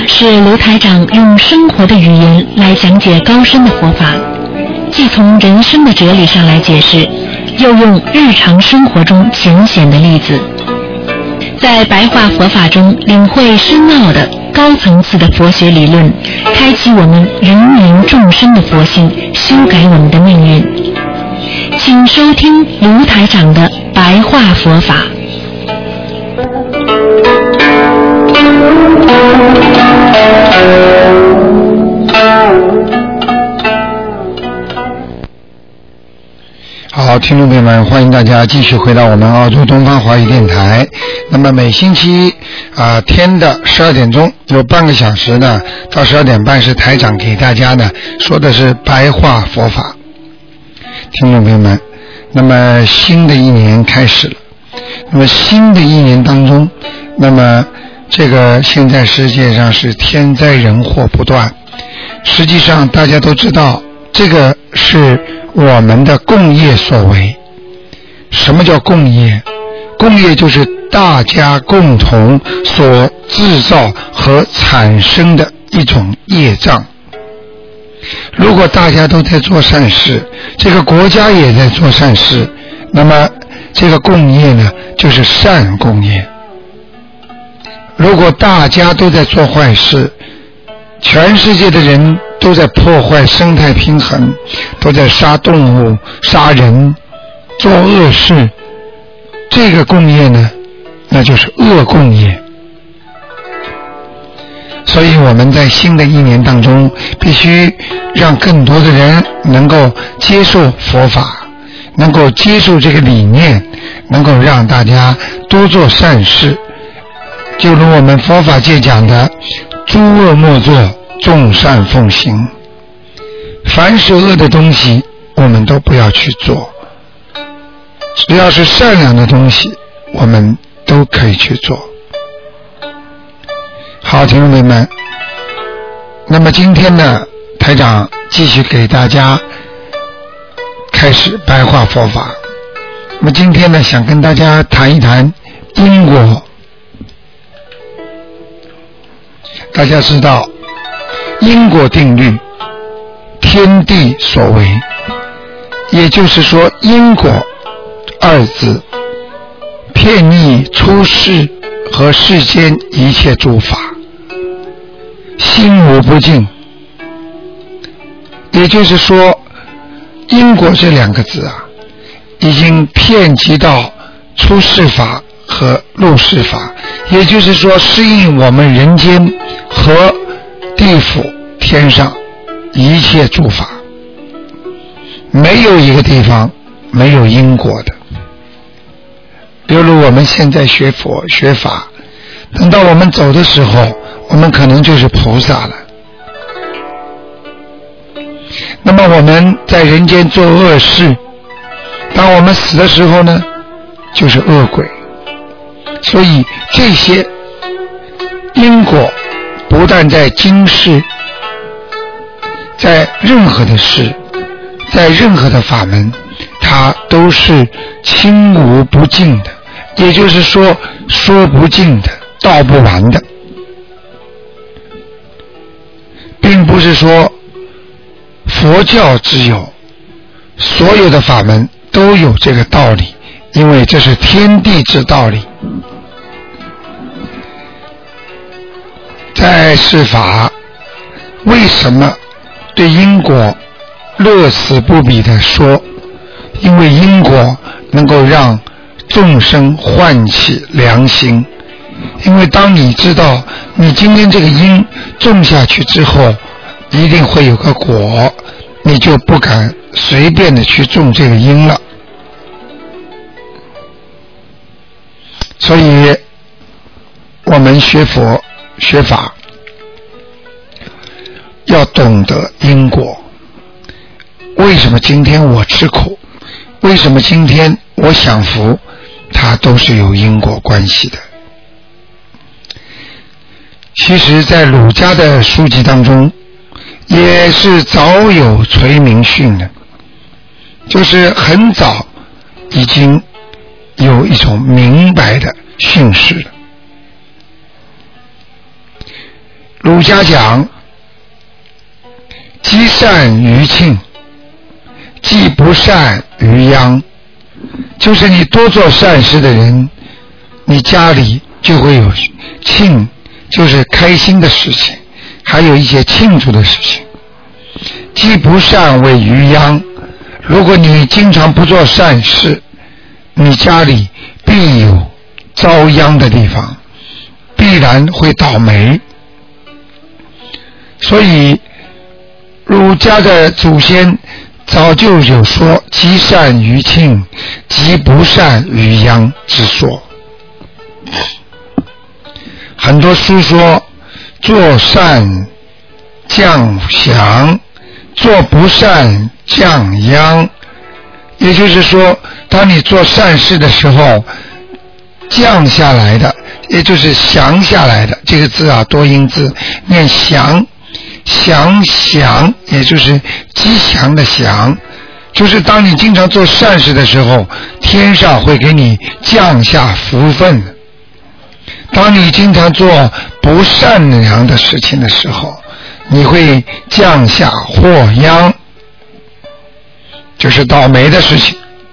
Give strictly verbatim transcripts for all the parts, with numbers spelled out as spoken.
是卢台长用生活的语言来讲解高深的佛法，既从人生的哲理上来解释，又用日常生活中浅显的例子，在白话佛法中领会深奥的高层次的佛学理论，开启我们芸芸众生的佛性，修改我们的命运。请收听卢台长的白话佛法。 好，听众朋友们，欢迎大家继续回到我们澳洲东方华语电台。那么每星期啊、呃、天的十二点钟有半个小时呢，到十二点半是台长给大家呢说的是白话佛法。听众朋友们，那么新的一年开始了，那么新的一年当中，那么这个现在世界上是天灾人祸不断，实际上大家都知道这个是我们的共业所为。什么叫共业？共业就是大家共同所制造和产生的一种业障。如果大家都在做善事，这个国家也在做善事，那么这个共业呢就是善共业。如果大家都在做坏事，全世界的人都在破坏生态平衡，都在杀动物、杀人、做恶事，这个共业呢，那就是恶共业。所以我们在新的一年当中，必须让更多的人能够接受佛法，能够接受这个理念，能够让大家多做善事。就如我们佛法界讲的，诸恶莫作，众善奉行。凡是恶的东西我们都不要去做，只要是善良的东西我们都可以去做。好，听众朋友们，那么今天呢，台长继续给大家开始白话佛法。那么今天呢，想跟大家谈一谈因果。大家知道因果定律，天地所为，也就是说因果二字遍历出世和世间一切诸法，心无不尽。也就是说因果这两个字啊，已经遍及到出世法和入世法，也就是说适应我们人间和地府天上一切诸法，没有一个地方没有因果的。比如我们现在学佛学法，等到我们走的时候，我们可能就是菩萨了。那么我们在人间做恶事，当我们死的时候呢，就是恶鬼。所以这些因果不但在今世，在任何的事，在任何的法门，它都是清无不尽的，也就是说说不尽的，道不完的。并不是说佛教只有，所有的法门都有这个道理，因为这是天地之道理。在世法为什么对因果乐此不彼的说？因为因果能够让众生唤起良心。因为当你知道你今天这个因种下去之后一定会有个果，你就不敢随便的去种这个因了。所以我们学佛学法要懂得因果。为什么今天我吃苦？为什么今天我享福？它都是有因果关系的。其实在儒家的书籍当中也是早有垂明训的，就是很早已经有一种明白的训示了。 儒家讲积善于庆，积不善于殃，就是你多做善事的人，你家里就会有庆，就是开心的事情，还有一些庆祝的事情。积不善为于殃，如果你经常不做善事，你家里必有遭殃的地方，必然会倒霉。所以儒家的祖先早就有说积善于庆，积不善于殃之说。很多书说做善降祥，做不善降殃，也就是说当你做善事的时候，降下来的也就是降下来的，这个字啊多音字念降，祥祥也就是吉祥的祥，就是当你经常做善事的时候，天上会给你降下福分。当你经常做不善良的事情的时候，你会降下祸殃，就是倒霉的事情。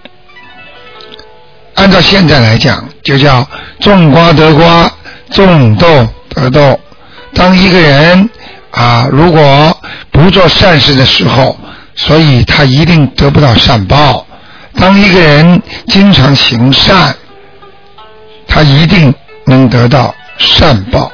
按照现在来讲，就叫种瓜得瓜，种豆得豆。当一个人啊，如果不做善事的时候，所以他一定得不到善报。当一个人经常行善，他一定能得到善报。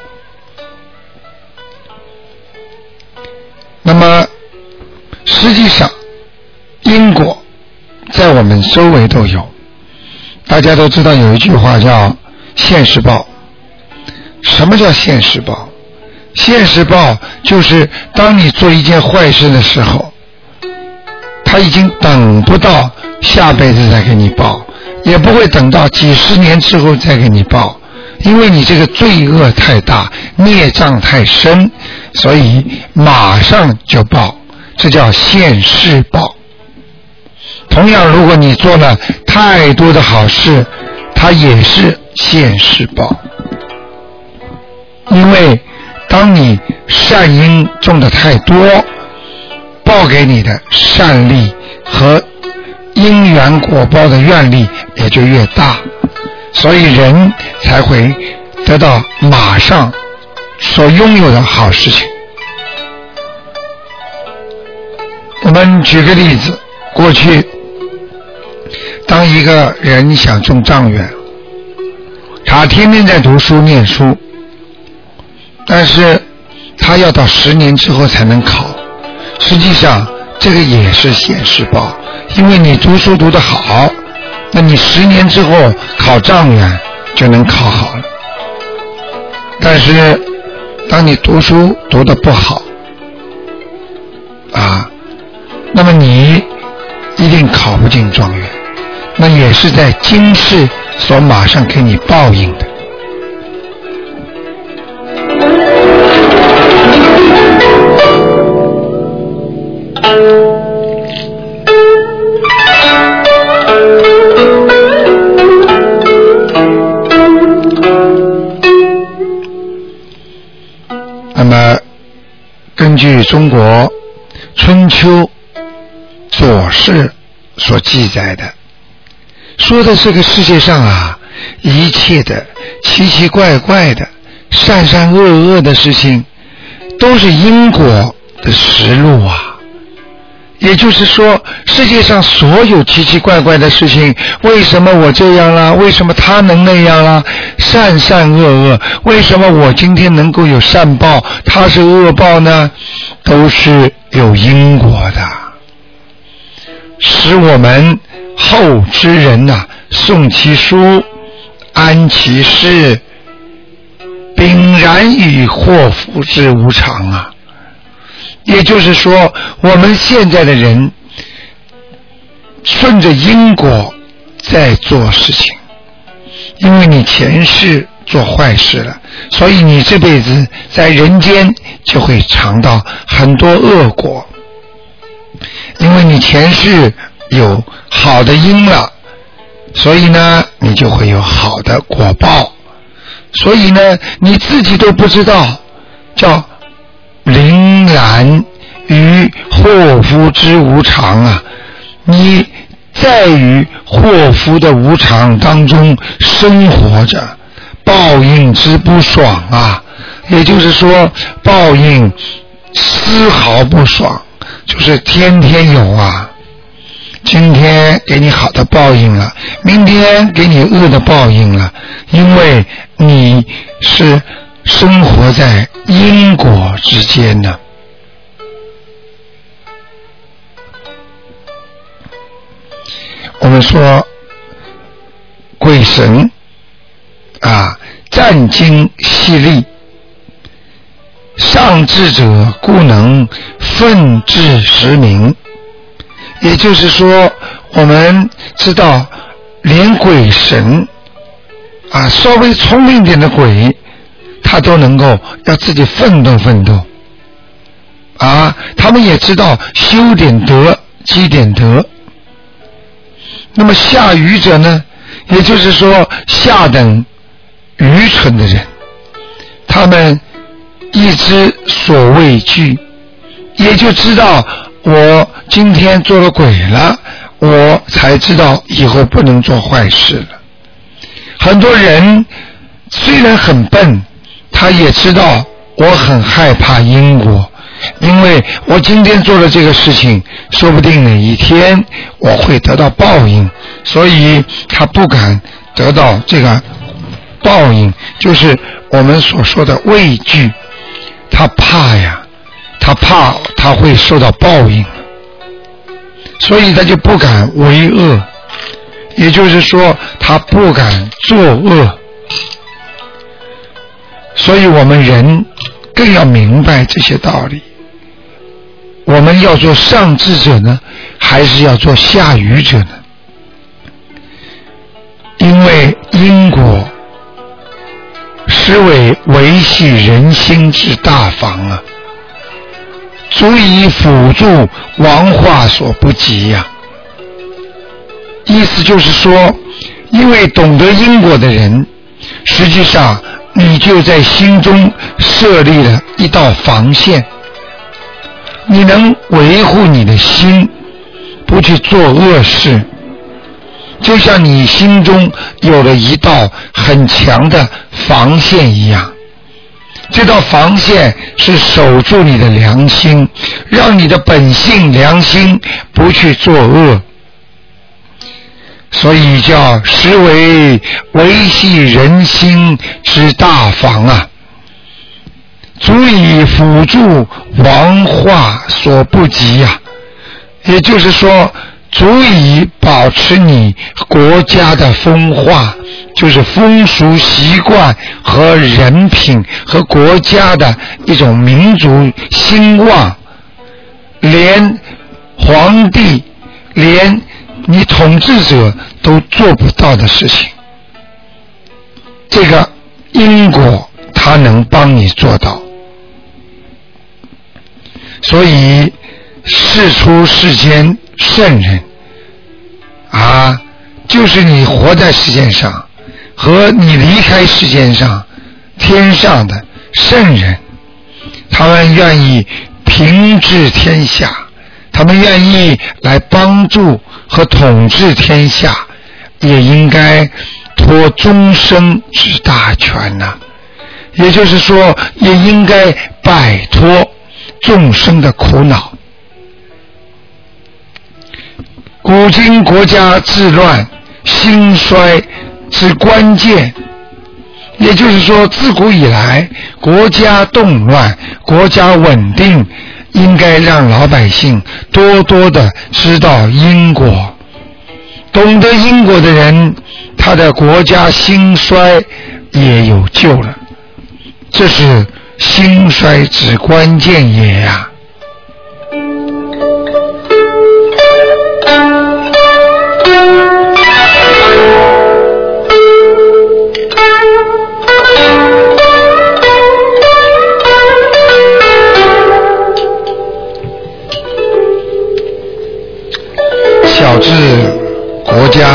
那么实际上因果在我们周围都有，大家都知道有一句话叫现世报。什么叫现世报？现世报就是当你做一件坏事的时候，他已经等不到下辈子再给你报，也不会等到几十年之后再给你报，因为你这个罪恶太大，孽障太深，所以马上就报，这叫现世报。同样，如果你做了太多的好事，它也是现世报。因为当你善因种的太多，报给你的善力和因缘果报的愿力也就越大，所以人才会得到马上所拥有的好事情。我们举个例子，过去当一个人想中状元，他天天在读书念书，但是他要到十年之后才能考，实际上这个也是现世报，因为你读书读得好，那你十年之后考状元就能考好了。但是当你读书读得不好啊，那么你一定考不进状元，那也是在今世所马上给你报应的。那么根据中国春秋左氏所记载的，说的这个世界上啊，一切的奇奇怪怪的善善恶恶的事情都是因果的实录啊。也就是说，世界上所有奇奇怪怪的事情，为什么我这样啦？为什么他能那样啦？善善恶恶，为什么我今天能够有善报，他是恶报呢？都是有因果的，使我们后之人呐、啊，诵其书，安其事，秉然以祸福之无常啊。也就是说，我们现在的人顺着因果在做事情，因为你前世做坏事了，所以你这辈子在人间就会尝到很多恶果。因为你前世有好的因了，所以呢你就会有好的果报，所以呢你自己都不知道，叫铃兰于祸福之无常啊，你在于祸福的无常当中生活着，报应之不爽啊，也就是说报应丝毫不爽，就是天天有啊，今天给你好的报应了，明天给你恶的报应了，因为你是生活在因果之间呢。我们说鬼神啊，战经犀利，上智者故能奋志实明。也就是说，我们知道连鬼神啊，稍微聪明点的鬼他都能够要自己奋斗奋斗啊，他们也知道修点德积点德。那么下愚者呢，也就是说下等愚蠢的人，他们一知所畏惧，也就知道我今天做了鬼了，我才知道以后不能做坏事了。很多人虽然很笨，他也知道我很害怕因果，因为我今天做了这个事情，说不定哪一天我会得到报应，所以他不敢得到这个报应，就是我们所说的畏惧。他怕呀，他怕他会受到报应，所以他就不敢为恶，也就是说他不敢作恶。所以我们人更要明白这些道理，我们要做上智者呢，还是要做下愚者呢？因为因果实为维系人心之大防啊，足以辅助王化所不及呀、啊。意思就是说，因为懂得因果的人，实际上你就在心中设立了一道防线，你能维护你的心，不去做恶事，就像你心中有了一道很强的防线一样。这道防线是守住你的良心，让你的本性良心不去作恶，所以叫实为维系人心之大防啊，足以辅助王化所不及啊。也就是说，足以保持你国家的风化，就是风俗习惯和人品和国家的一种民族兴旺，连皇帝连你统治者都做不到的事情，这个因果它能帮你做到。所以世出世间圣人啊，就是你活在世界上和你离开世界上天上的圣人，他们愿意平治天下，他们愿意来帮助和统治天下，也应该托终生之大权呐、啊。也就是说，也应该摆脱众生的苦恼。古今国家治乱兴衰之关键，也就是说自古以来国家动乱国家稳定，应该让老百姓多多的知道因果，懂得因果的人，他的国家兴衰也有救了，这是兴衰之关键也呀、啊。小至国家，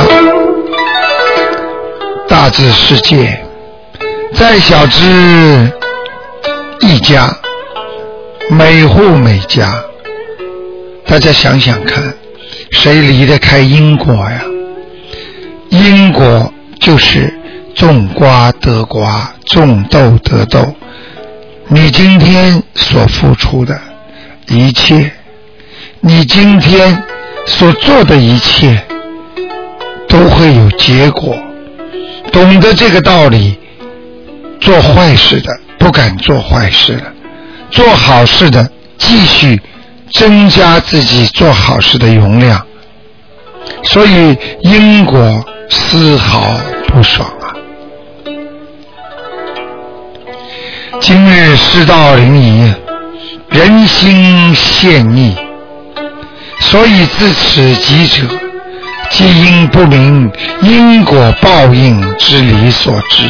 大至世界，再小至一家， 每户每家。大家想想看，谁离得开因果呀？因果就是种瓜得瓜，种豆得豆。你今天所付出的一切，你今天所做的一切，都会有结果。懂得这个道理，做坏事的不敢做坏事了，做好事的继续增加自己做好事的容量。所以因果丝毫不爽啊！今日世道临夷，人心现逆，所以自此己者，皆因不明因果报应之理所致。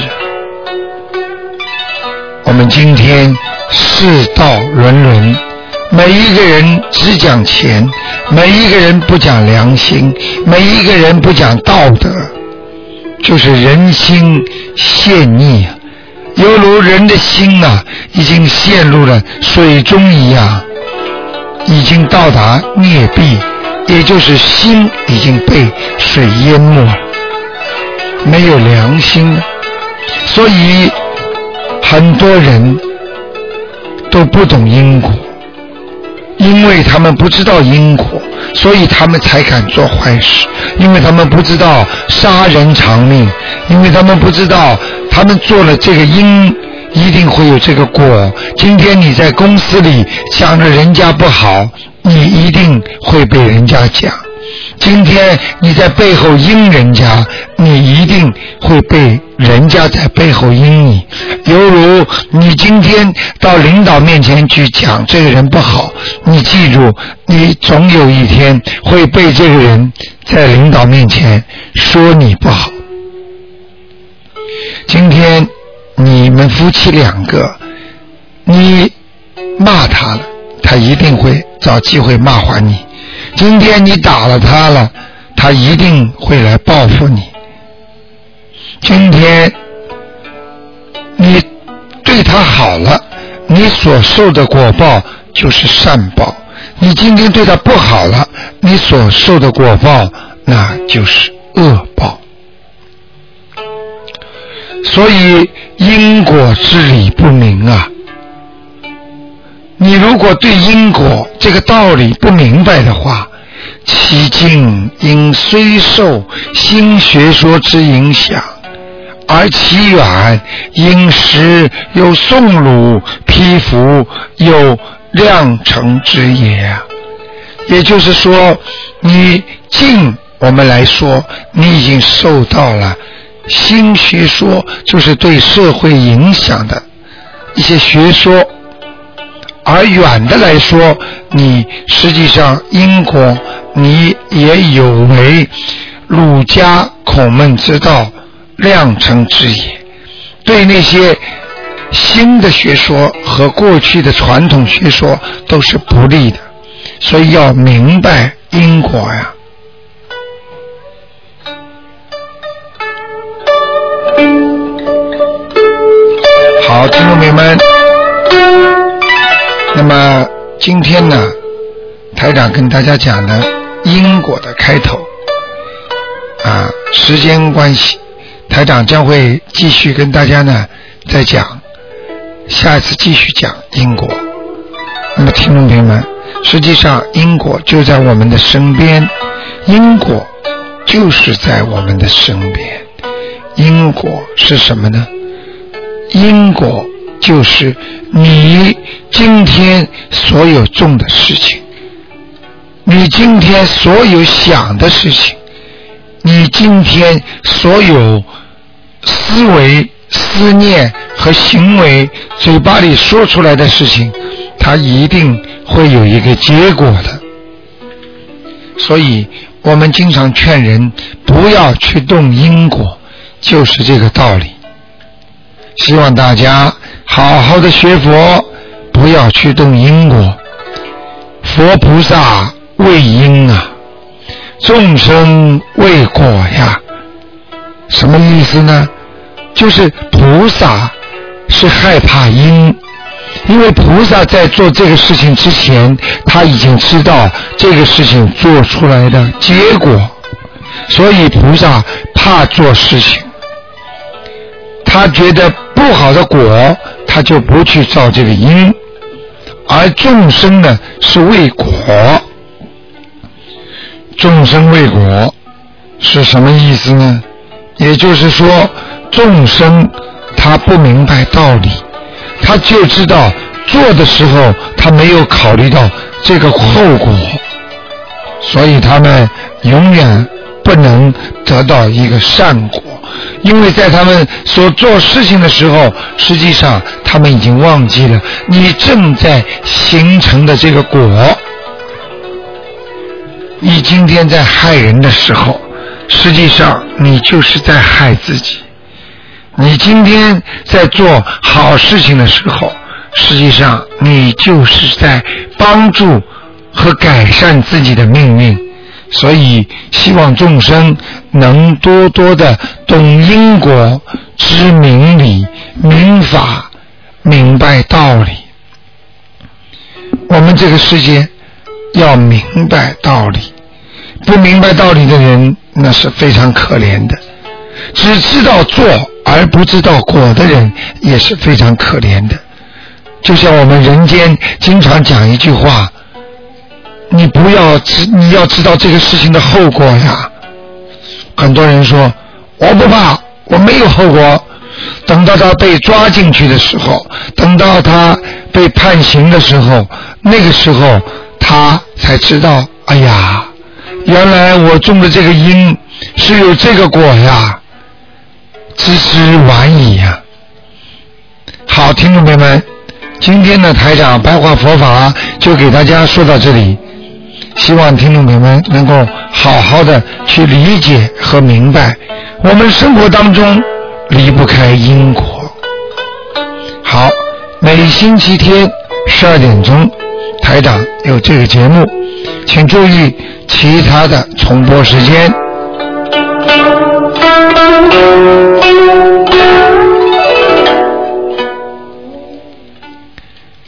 我们今天世道沦沦，每一个人只讲钱，每一个人不讲良心，每一个人不讲道德，就是人心陷逆，犹如人的心啊，已经陷入了水中一样，已经到达灭壁，也就是心已经被水淹没了，没有良心。所以很多人都不懂因果，因为他们不知道因果，所以他们才敢做坏事。因为他们不知道杀人偿命，因为他们不知道他们做了这个因一定会有这个果。今天你在公司里想着人家不好，你一定会被人家讲。今天你在背后阴人家，你一定会被人家在背后阴你。犹如你今天到领导面前去讲这个人不好，你记住，你总有一天会被这个人在领导面前说你不好。今天你们夫妻两个，你骂他了，他一定会找机会骂还你。今天你打了他了，他一定会来报复你。今天你对他好了，你所受的果报就是善报；你今天对他不好了，你所受的果报那就是恶报。所以因果之理不明啊，你如果对因果这个道理不明白的话，其近因虽受新学说之影响，而其远因时有宋儒批服有量成之也。也就是说，你近我们来说，你已经受到了新学说，就是对社会影响的一些学说，而远的来说，你实际上因果你也有为儒家孔孟之道量成之也。对那些新的学说和过去的传统学说都是不利的，所以要明白因果呀。好，听众朋友们，那么今天呢，台长跟大家讲的因果的开头啊，时间关系，台长将会继续跟大家呢再讲，下一次继续讲因果。那么听众朋友们，实际上因果就在我们的身边，因果就是在我们的身边。因果是什么呢？因果就是你今天所有做的事情，你今天所有想的事情，你今天所有思维、思念和行为，嘴巴里说出来的事情，它一定会有一个结果的。所以我们经常劝人不要去动因果，就是这个道理。希望大家好好的学佛，不要去动因果。佛菩萨为因啊，众生为果呀。什么意思呢？就是菩萨是害怕因， 因为菩萨在做这个事情之前，他已经知道这个事情做出来的结果，所以菩萨怕做事情，他觉得不好的果，他就不去造这个因。而众生呢是为果，众生为果是什么意思呢？也就是说，众生他不明白道理，他就知道做的时候他没有考虑到这个后果，所以他们永远不能得到一个善果，因为在他们所做事情的时候，实际上他们已经忘记了你正在形成的这个果。你今天在害人的时候，实际上你就是在害自己。你今天在做好事情的时候，实际上你就是在帮助和改善自己的命运。所以希望众生能多多的懂因果，知明理，明法，明白道理。我们这个世界要明白道理，不明白道理的人那是非常可怜的，只知道做而不知道果的人也是非常可怜的。就像我们人间经常讲一句话，你不要知，你要知道这个事情的后果呀。很多人说我不怕，我没有后果，等到他被抓进去的时候，等到他被判刑的时候，那个时候他才知道，哎呀，原来我种的这个因是有这个果呀，知之晚矣呀。好，听众朋友们，今天的台长白话佛法就给大家说到这里，希望听众朋友们能够好好的去理解和明白，我们生活当中离不开因果。好，每星期天十二点钟台长有这个节目，请注意其他的重播时间。